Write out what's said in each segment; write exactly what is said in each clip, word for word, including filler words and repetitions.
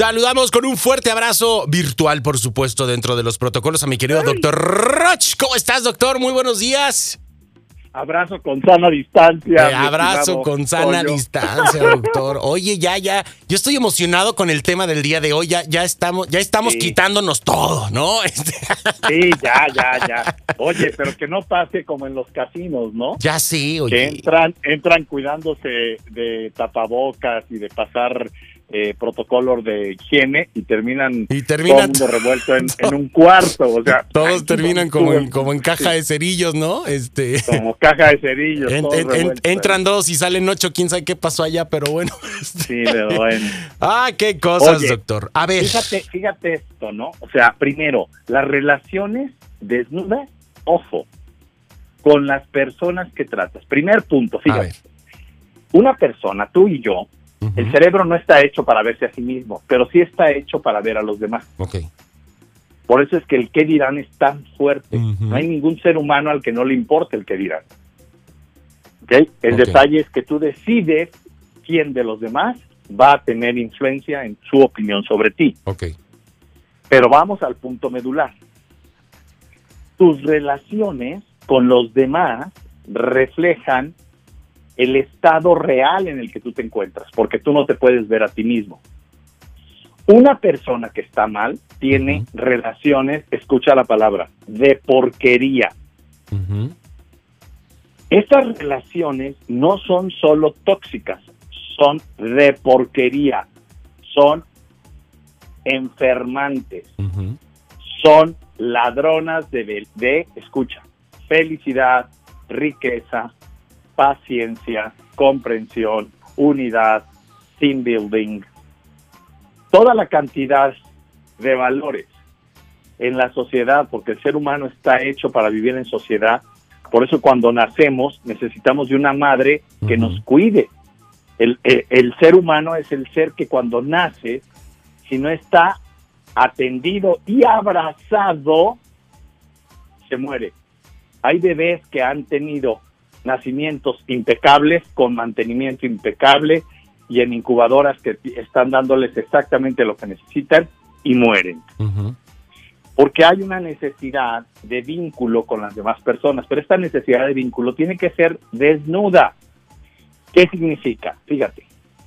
Saludamos con un fuerte abrazo virtual, por supuesto, dentro de los protocolos a mi querido doctor Roch. ¿Cómo estás, doctor? Muy buenos días. Abrazo con sana distancia. Te abrazo con sana Toño. distancia, doctor. Oye, ya, ya, yo estoy emocionado con el tema del día de hoy. Ya, ya estamos, ya estamos sí. quitándonos todo, ¿no? Este... Sí, ya, ya, ya. Oye, pero que no pase como en los casinos, ¿no? Ya sí, oye. Que entran, entran cuidándose de tapabocas y de pasar eh, protocolos de higiene y terminan, y terminan todo el mundo revuelto en, en un cuarto. O sea, todos terminan como en, como en caja sí. de cerillos, ¿no? Este. Como caja de cerillos. En, en, en, entran dos y salen ocho, quién sabe qué pasó allá, pero bueno. Este. Sí, pero bueno. Ah, qué cosas, Oye, doctor. A ver. Fíjate, fíjate esto, ¿no? O sea, primero, las relaciones desnudas, ojo, con las personas que tratas. Primer punto, fíjate. Una persona, tú y yo, uh-huh. el cerebro no está hecho para verse a sí mismo, pero sí está hecho para ver a los demás. Okay. Por eso es que el qué dirán es tan fuerte. Uh-huh. No hay ningún ser humano al que no le importe el qué dirán. ¿Okay? El okay. detalle es que tú decides quién de los demás va a tener influencia en su opinión sobre ti. Okay. Pero vamos al punto medular. Tus relaciones con los demás reflejan el estado real en el que tú te encuentras, porque tú no te puedes ver a ti mismo. Una persona que está mal tiene uh-huh. relaciones, escucha la palabra, de porquería. Uh-huh. Estas relaciones no son solo tóxicas, son de porquería, son enfermantes, uh-huh. son ladronas de, de, escucha, felicidad, riqueza, paciencia, comprensión, unidad, team building, toda la cantidad de valores en la sociedad, porque el ser humano está hecho para vivir en sociedad. Por eso cuando nacemos necesitamos de una madre que uh-huh. nos cuide. El, el, el ser humano es el ser que cuando nace, si no está atendido y abrazado, se muere. Hay bebés que han tenido nacimientos impecables, con mantenimiento impecable, y en incubadoras que están dándoles exactamente lo que necesitan y mueren. Uh-huh. Porque hay una necesidad de vínculo con las demás personas, pero esta necesidad de vínculo tiene que ser desnuda. ¿Qué significa? Fíjate,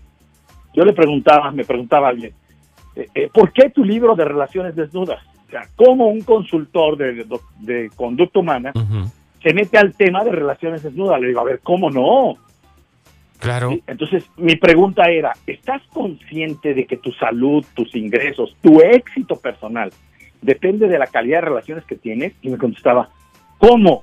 yo le preguntaba, me preguntaba a alguien, eh, eh, ¿por qué tu libro de relaciones desnudas? O sea, ¿cómo un consultor de, de, de conducta humana uh-huh. se mete al tema de relaciones desnudas? Le digo, a ver, ¿cómo no? Claro. ¿Sí? Entonces, mi pregunta era, ¿estás consciente de que tu salud, tus ingresos, tu éxito personal depende de la calidad de relaciones que tienes? Y me contestaba, ¿cómo?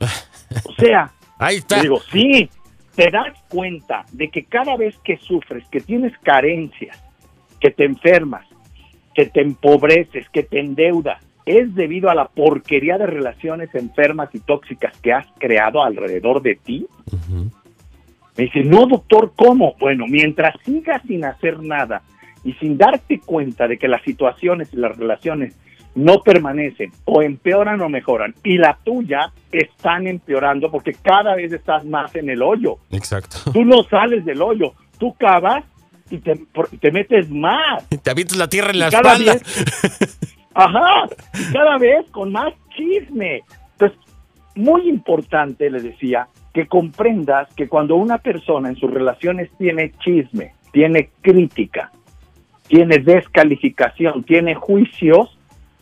O sea, ahí está. Le digo, sí, te das cuenta de que cada vez que sufres, que tienes carencias, que te enfermas, que te empobreces, que te endeudas, es debido a la porquería de relaciones enfermas y tóxicas que has creado alrededor de ti. Uh-huh. Me dice, no, doctor, ¿cómo? Bueno, mientras sigas sin hacer nada y sin darte cuenta de que las situaciones y las relaciones no permanecen, o empeoran o mejoran, y la tuya están empeorando porque cada vez estás más en el hoyo. Exacto. Tú no sales del hoyo, tú cavas y te, te metes más. Te avientas la tierra en la cada espalda. Vez, ajá, y cada vez con más chisme. Entonces, muy importante, le decía, que comprendas que cuando una persona en sus relaciones tiene chisme, tiene crítica, tiene descalificación, tiene juicios,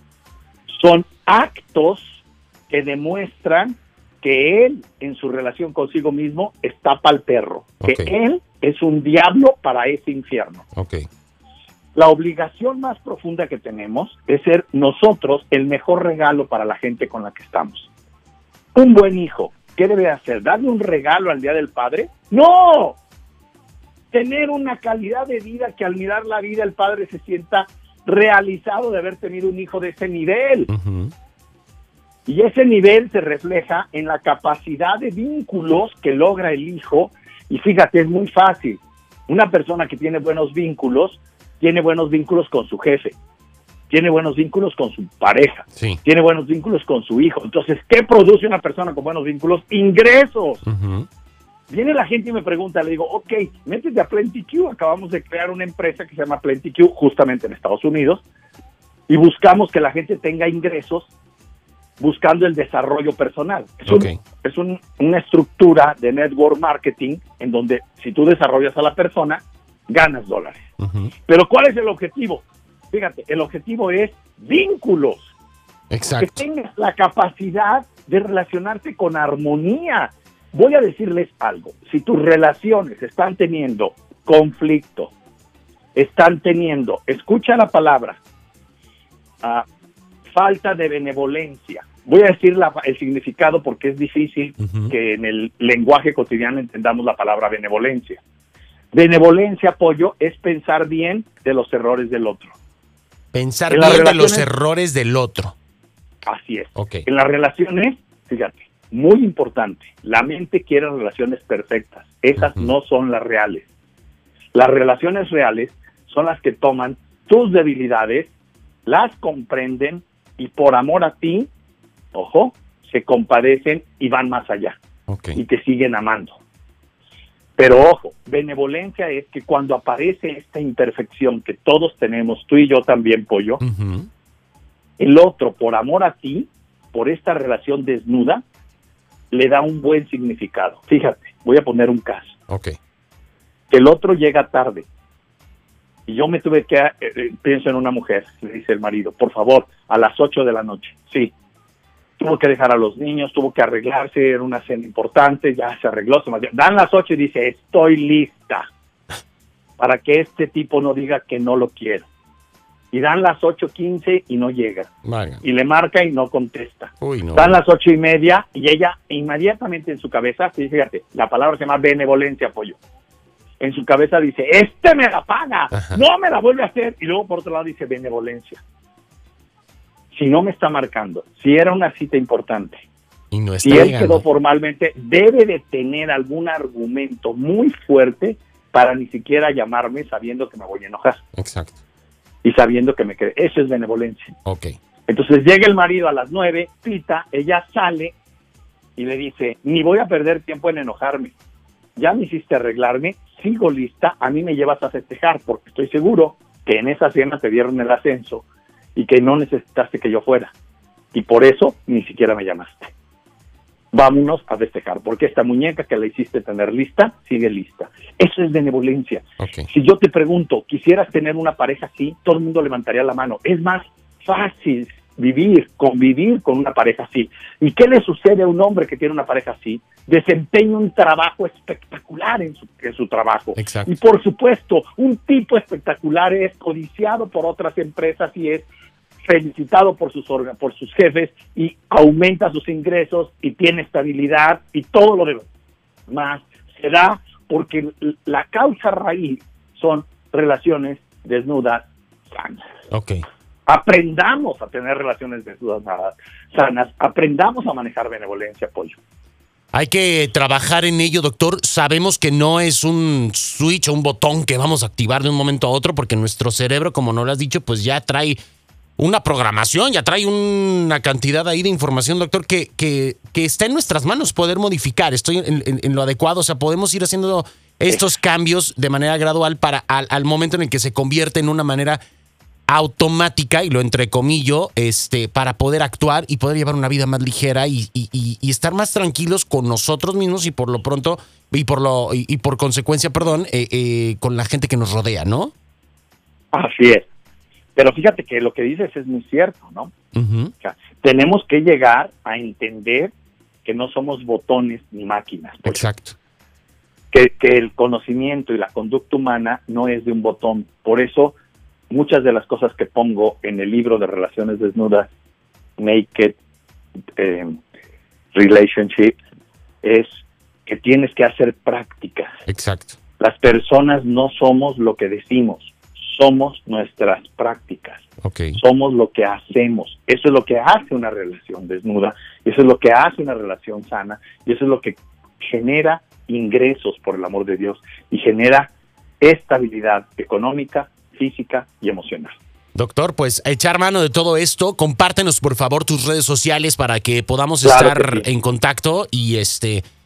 son actos que demuestran que él, en su relación consigo mismo, está pa'l perro. Okay. Que él es un diablo para ese infierno. Okay. La obligación más profunda que tenemos es ser nosotros el mejor regalo para la gente con la que estamos. Un buen hijo, ¿qué debe hacer? ¿Darle un regalo al Día del Padre? ¡No! Tener una calidad de vida que al mirar la vida el padre se sienta realizado de haber tenido un hijo de ese nivel. Uh-huh. Y ese nivel se refleja en la capacidad de vínculos que logra el hijo. Y fíjate, es muy fácil. Una persona que tiene buenos vínculos, tiene buenos vínculos con su jefe, tiene buenos vínculos con su pareja, sí. tiene buenos vínculos con su hijo. Entonces, ¿qué produce una persona con buenos vínculos? Ingresos. Uh-huh. Viene la gente y me pregunta, le digo, ok, métete a PlentyQ, acabamos de crear una empresa que se llama PlentyQ, justamente en Estados Unidos, y buscamos que la gente tenga ingresos buscando el desarrollo personal. Es, okay. un, es un, una estructura de network marketing en donde si tú desarrollas a la persona, ganas dólares. Uh-huh. Pero ¿cuál es el objetivo? Fíjate, el objetivo es vínculos. Exacto. Que tengas la capacidad de relacionarte con armonía. Voy a decirles algo. Si tus relaciones están teniendo conflicto, están teniendo, escucha la palabra, uh, falta de benevolencia. Voy a decir la, el significado porque es difícil uh-huh. que en el lenguaje cotidiano entendamos la palabra benevolencia. Benevolencia, Pollo, es pensar bien de los errores del otro. Pensar bien de los errores del otro. Así es. Okay. En las relaciones, fíjate, muy importante, la mente quiere relaciones perfectas. Esas uh-huh. no son las reales. Las relaciones reales son las que toman tus debilidades, las comprenden y por amor a ti, ojo, se compadecen y van más allá. Okay. Y te siguen amando. Pero ojo, benevolencia es que cuando aparece esta imperfección que todos tenemos, tú y yo también, Pollo, uh-huh. el otro, por amor a ti, por esta relación desnuda, le da un buen significado. Fíjate, voy a poner un caso. Okay. El otro llega tarde. Y yo me tuve que, eh, pienso en una mujer, le dice el marido, por favor, a las ocho de la noche. Sí. Tuvo que dejar a los niños, tuvo que arreglarse, era una cena importante, ya se arregló. Se dan las ocho y dice, estoy lista. Para que este tipo no diga que no lo quiero. Y dan las ocho quince y no llega. Vaya. Y le marca y no contesta. Uy, no. Dan las ocho y media y ella inmediatamente en su cabeza, fíjate, la palabra se llama benevolencia, Pollo. En su cabeza dice, este me la paga, Ajá. no me la vuelve a hacer. Y luego por otro lado dice benevolencia. Si no me está marcando, si era una cita importante, y no está si él llegando. quedó formalmente, debe de tener algún argumento muy fuerte para ni siquiera llamarme sabiendo que me voy a enojar. Exacto. Y sabiendo que me quedé. Eso es benevolencia. Ok. Entonces llega el marido a las nueve, pita, ella sale y le dice, ni voy a perder tiempo en enojarme. Ya me hiciste arreglarme, sigo lista, a mí me llevas a festejar porque estoy seguro que en esa cena te dieron el ascenso y que no necesitaste que yo fuera. Y por eso ni siquiera me llamaste. Vámonos a festejar, porque esta muñeca que la hiciste tener lista, sigue lista. Eso es benevolencia. Okay. Si yo te pregunto, ¿quisieras tener una pareja así? Todo el mundo levantaría la mano. Es más fácil vivir, convivir con una pareja así. ¿Y qué le sucede a un hombre que tiene una pareja así? Desempeña un trabajo espectacular en su, en su trabajo. Exacto. Y por supuesto, un tipo espectacular es codiciado por otras empresas y es felicitado por sus por sus jefes y aumenta sus ingresos y tiene estabilidad y todo lo demás se da porque la causa raíz son relaciones desnudas sanas. Okay. Aprendamos a tener relaciones desnudas sanas, aprendamos a manejar benevolencia, Pollo. Hay que trabajar en ello, doctor. Sabemos que no es un switch o un botón que vamos a activar de un momento a otro porque nuestro cerebro, como no lo has dicho, pues ya trae una programación, ya trae una cantidad ahí de información, doctor, que, que, que está en nuestras manos poder modificar. Estoy en, en, en lo adecuado, o sea, podemos ir haciendo estos cambios de manera gradual para al, al momento en el que se convierte en una manera automática, y lo entrecomillo, este, para poder actuar y poder llevar una vida más ligera y, y, y, y estar más tranquilos con nosotros mismos y por lo pronto, y por lo y, y por consecuencia, perdón, eh, eh, con la gente que nos rodea, ¿no? Así es. Pero fíjate que lo que dices es muy cierto, ¿no? Uh-huh. O sea, tenemos que llegar a entender que no somos botones ni máquinas. Exacto. Que, que el conocimiento y la conducta humana no es de un botón. Por eso, muchas de las cosas que pongo en el libro de Relaciones Desnudas, Naked eh, Relationship, es que tienes que hacer prácticas. Exacto. Las personas no somos lo que decimos, somos nuestras prácticas. Okay. Somos lo que hacemos. Eso es lo que hace una relación desnuda, eso es lo que hace una relación sana, y eso es lo que genera ingresos, por el amor de Dios, y genera estabilidad económica, física y emocional. Doctor, pues echar mano de todo esto, compártenos por favor tus redes sociales para que podamos Claro estar que sí. en contacto y este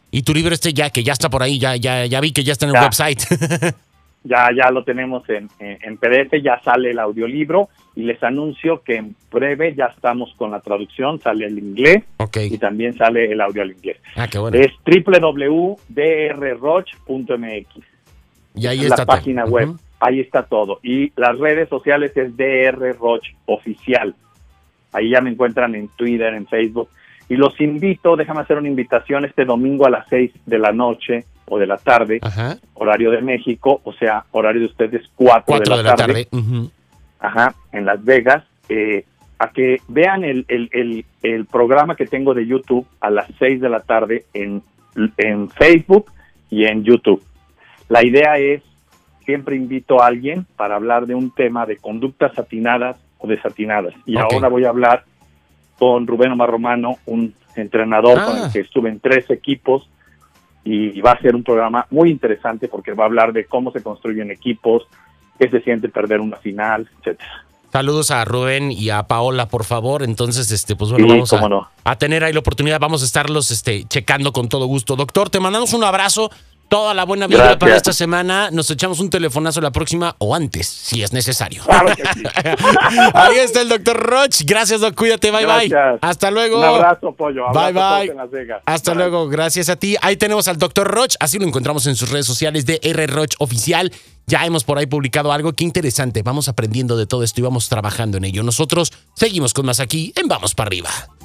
Y tu libro este ya, que ya está por ahí, ya, ya, ya vi que ya está en el Ya. website. Ya, ya lo tenemos en, en, en P D F, ya sale el audiolibro y les anuncio que en breve ya estamos con la traducción, sale el inglés Ok. y también sale el audio al inglés. Ah, qué bueno. Es doble u doble u doble u punto d r roch punto m x. Y ahí Es está la todo. página web. Ujú. Ahí está todo. Y las redes sociales es D R Roch Oficial. Ahí ya me encuentran en Twitter, en Facebook. Y los invito, déjame hacer una invitación este domingo a las seis de la noche o de la tarde, Ajá. horario de México, o sea, horario de ustedes cuatro, Cuatro de la tarde. Ujú. Ajá, en Las Vegas, eh, a que vean el, el, el, el programa que tengo de YouTube a las seis de la tarde en, en Facebook y en YouTube. La idea es, siempre invito a alguien para hablar de un tema de conductas atinadas o desatinadas. Y Ok. ahora voy a hablar con Rubén Omar Romano, un entrenador Ah. con el que estuve en tres equipos, y va a ser un programa muy interesante porque va a hablar de cómo se construyen equipos, qué se siente perder una final, etcétera. Saludos a Rubén y a Paola, por favor. Entonces, este, pues bueno, Sí, vamos cómo a, no. a tener ahí la oportunidad. Vamos a estarlos este, checando con todo gusto. Doctor, te mandamos un abrazo. Toda la buena vibra Gracias. para esta semana. Nos echamos un telefonazo la próxima o antes, si es necesario. Claro que sí. Ahí está el doctor Roch. Gracias, doc. Cuídate. Bye, bye. Gracias. Hasta luego. Un abrazo, Pollo. Bye, Abrazo a todos bye. en Las Vegas. Hasta Bye. luego. Gracias a ti. Ahí tenemos al doctor Roch. Así lo encontramos en sus redes sociales de R Roch Oficial. Ya hemos por ahí publicado algo. Qué interesante. Vamos aprendiendo de todo esto y vamos trabajando en ello. Nosotros seguimos con más aquí en Vamos para Arriba.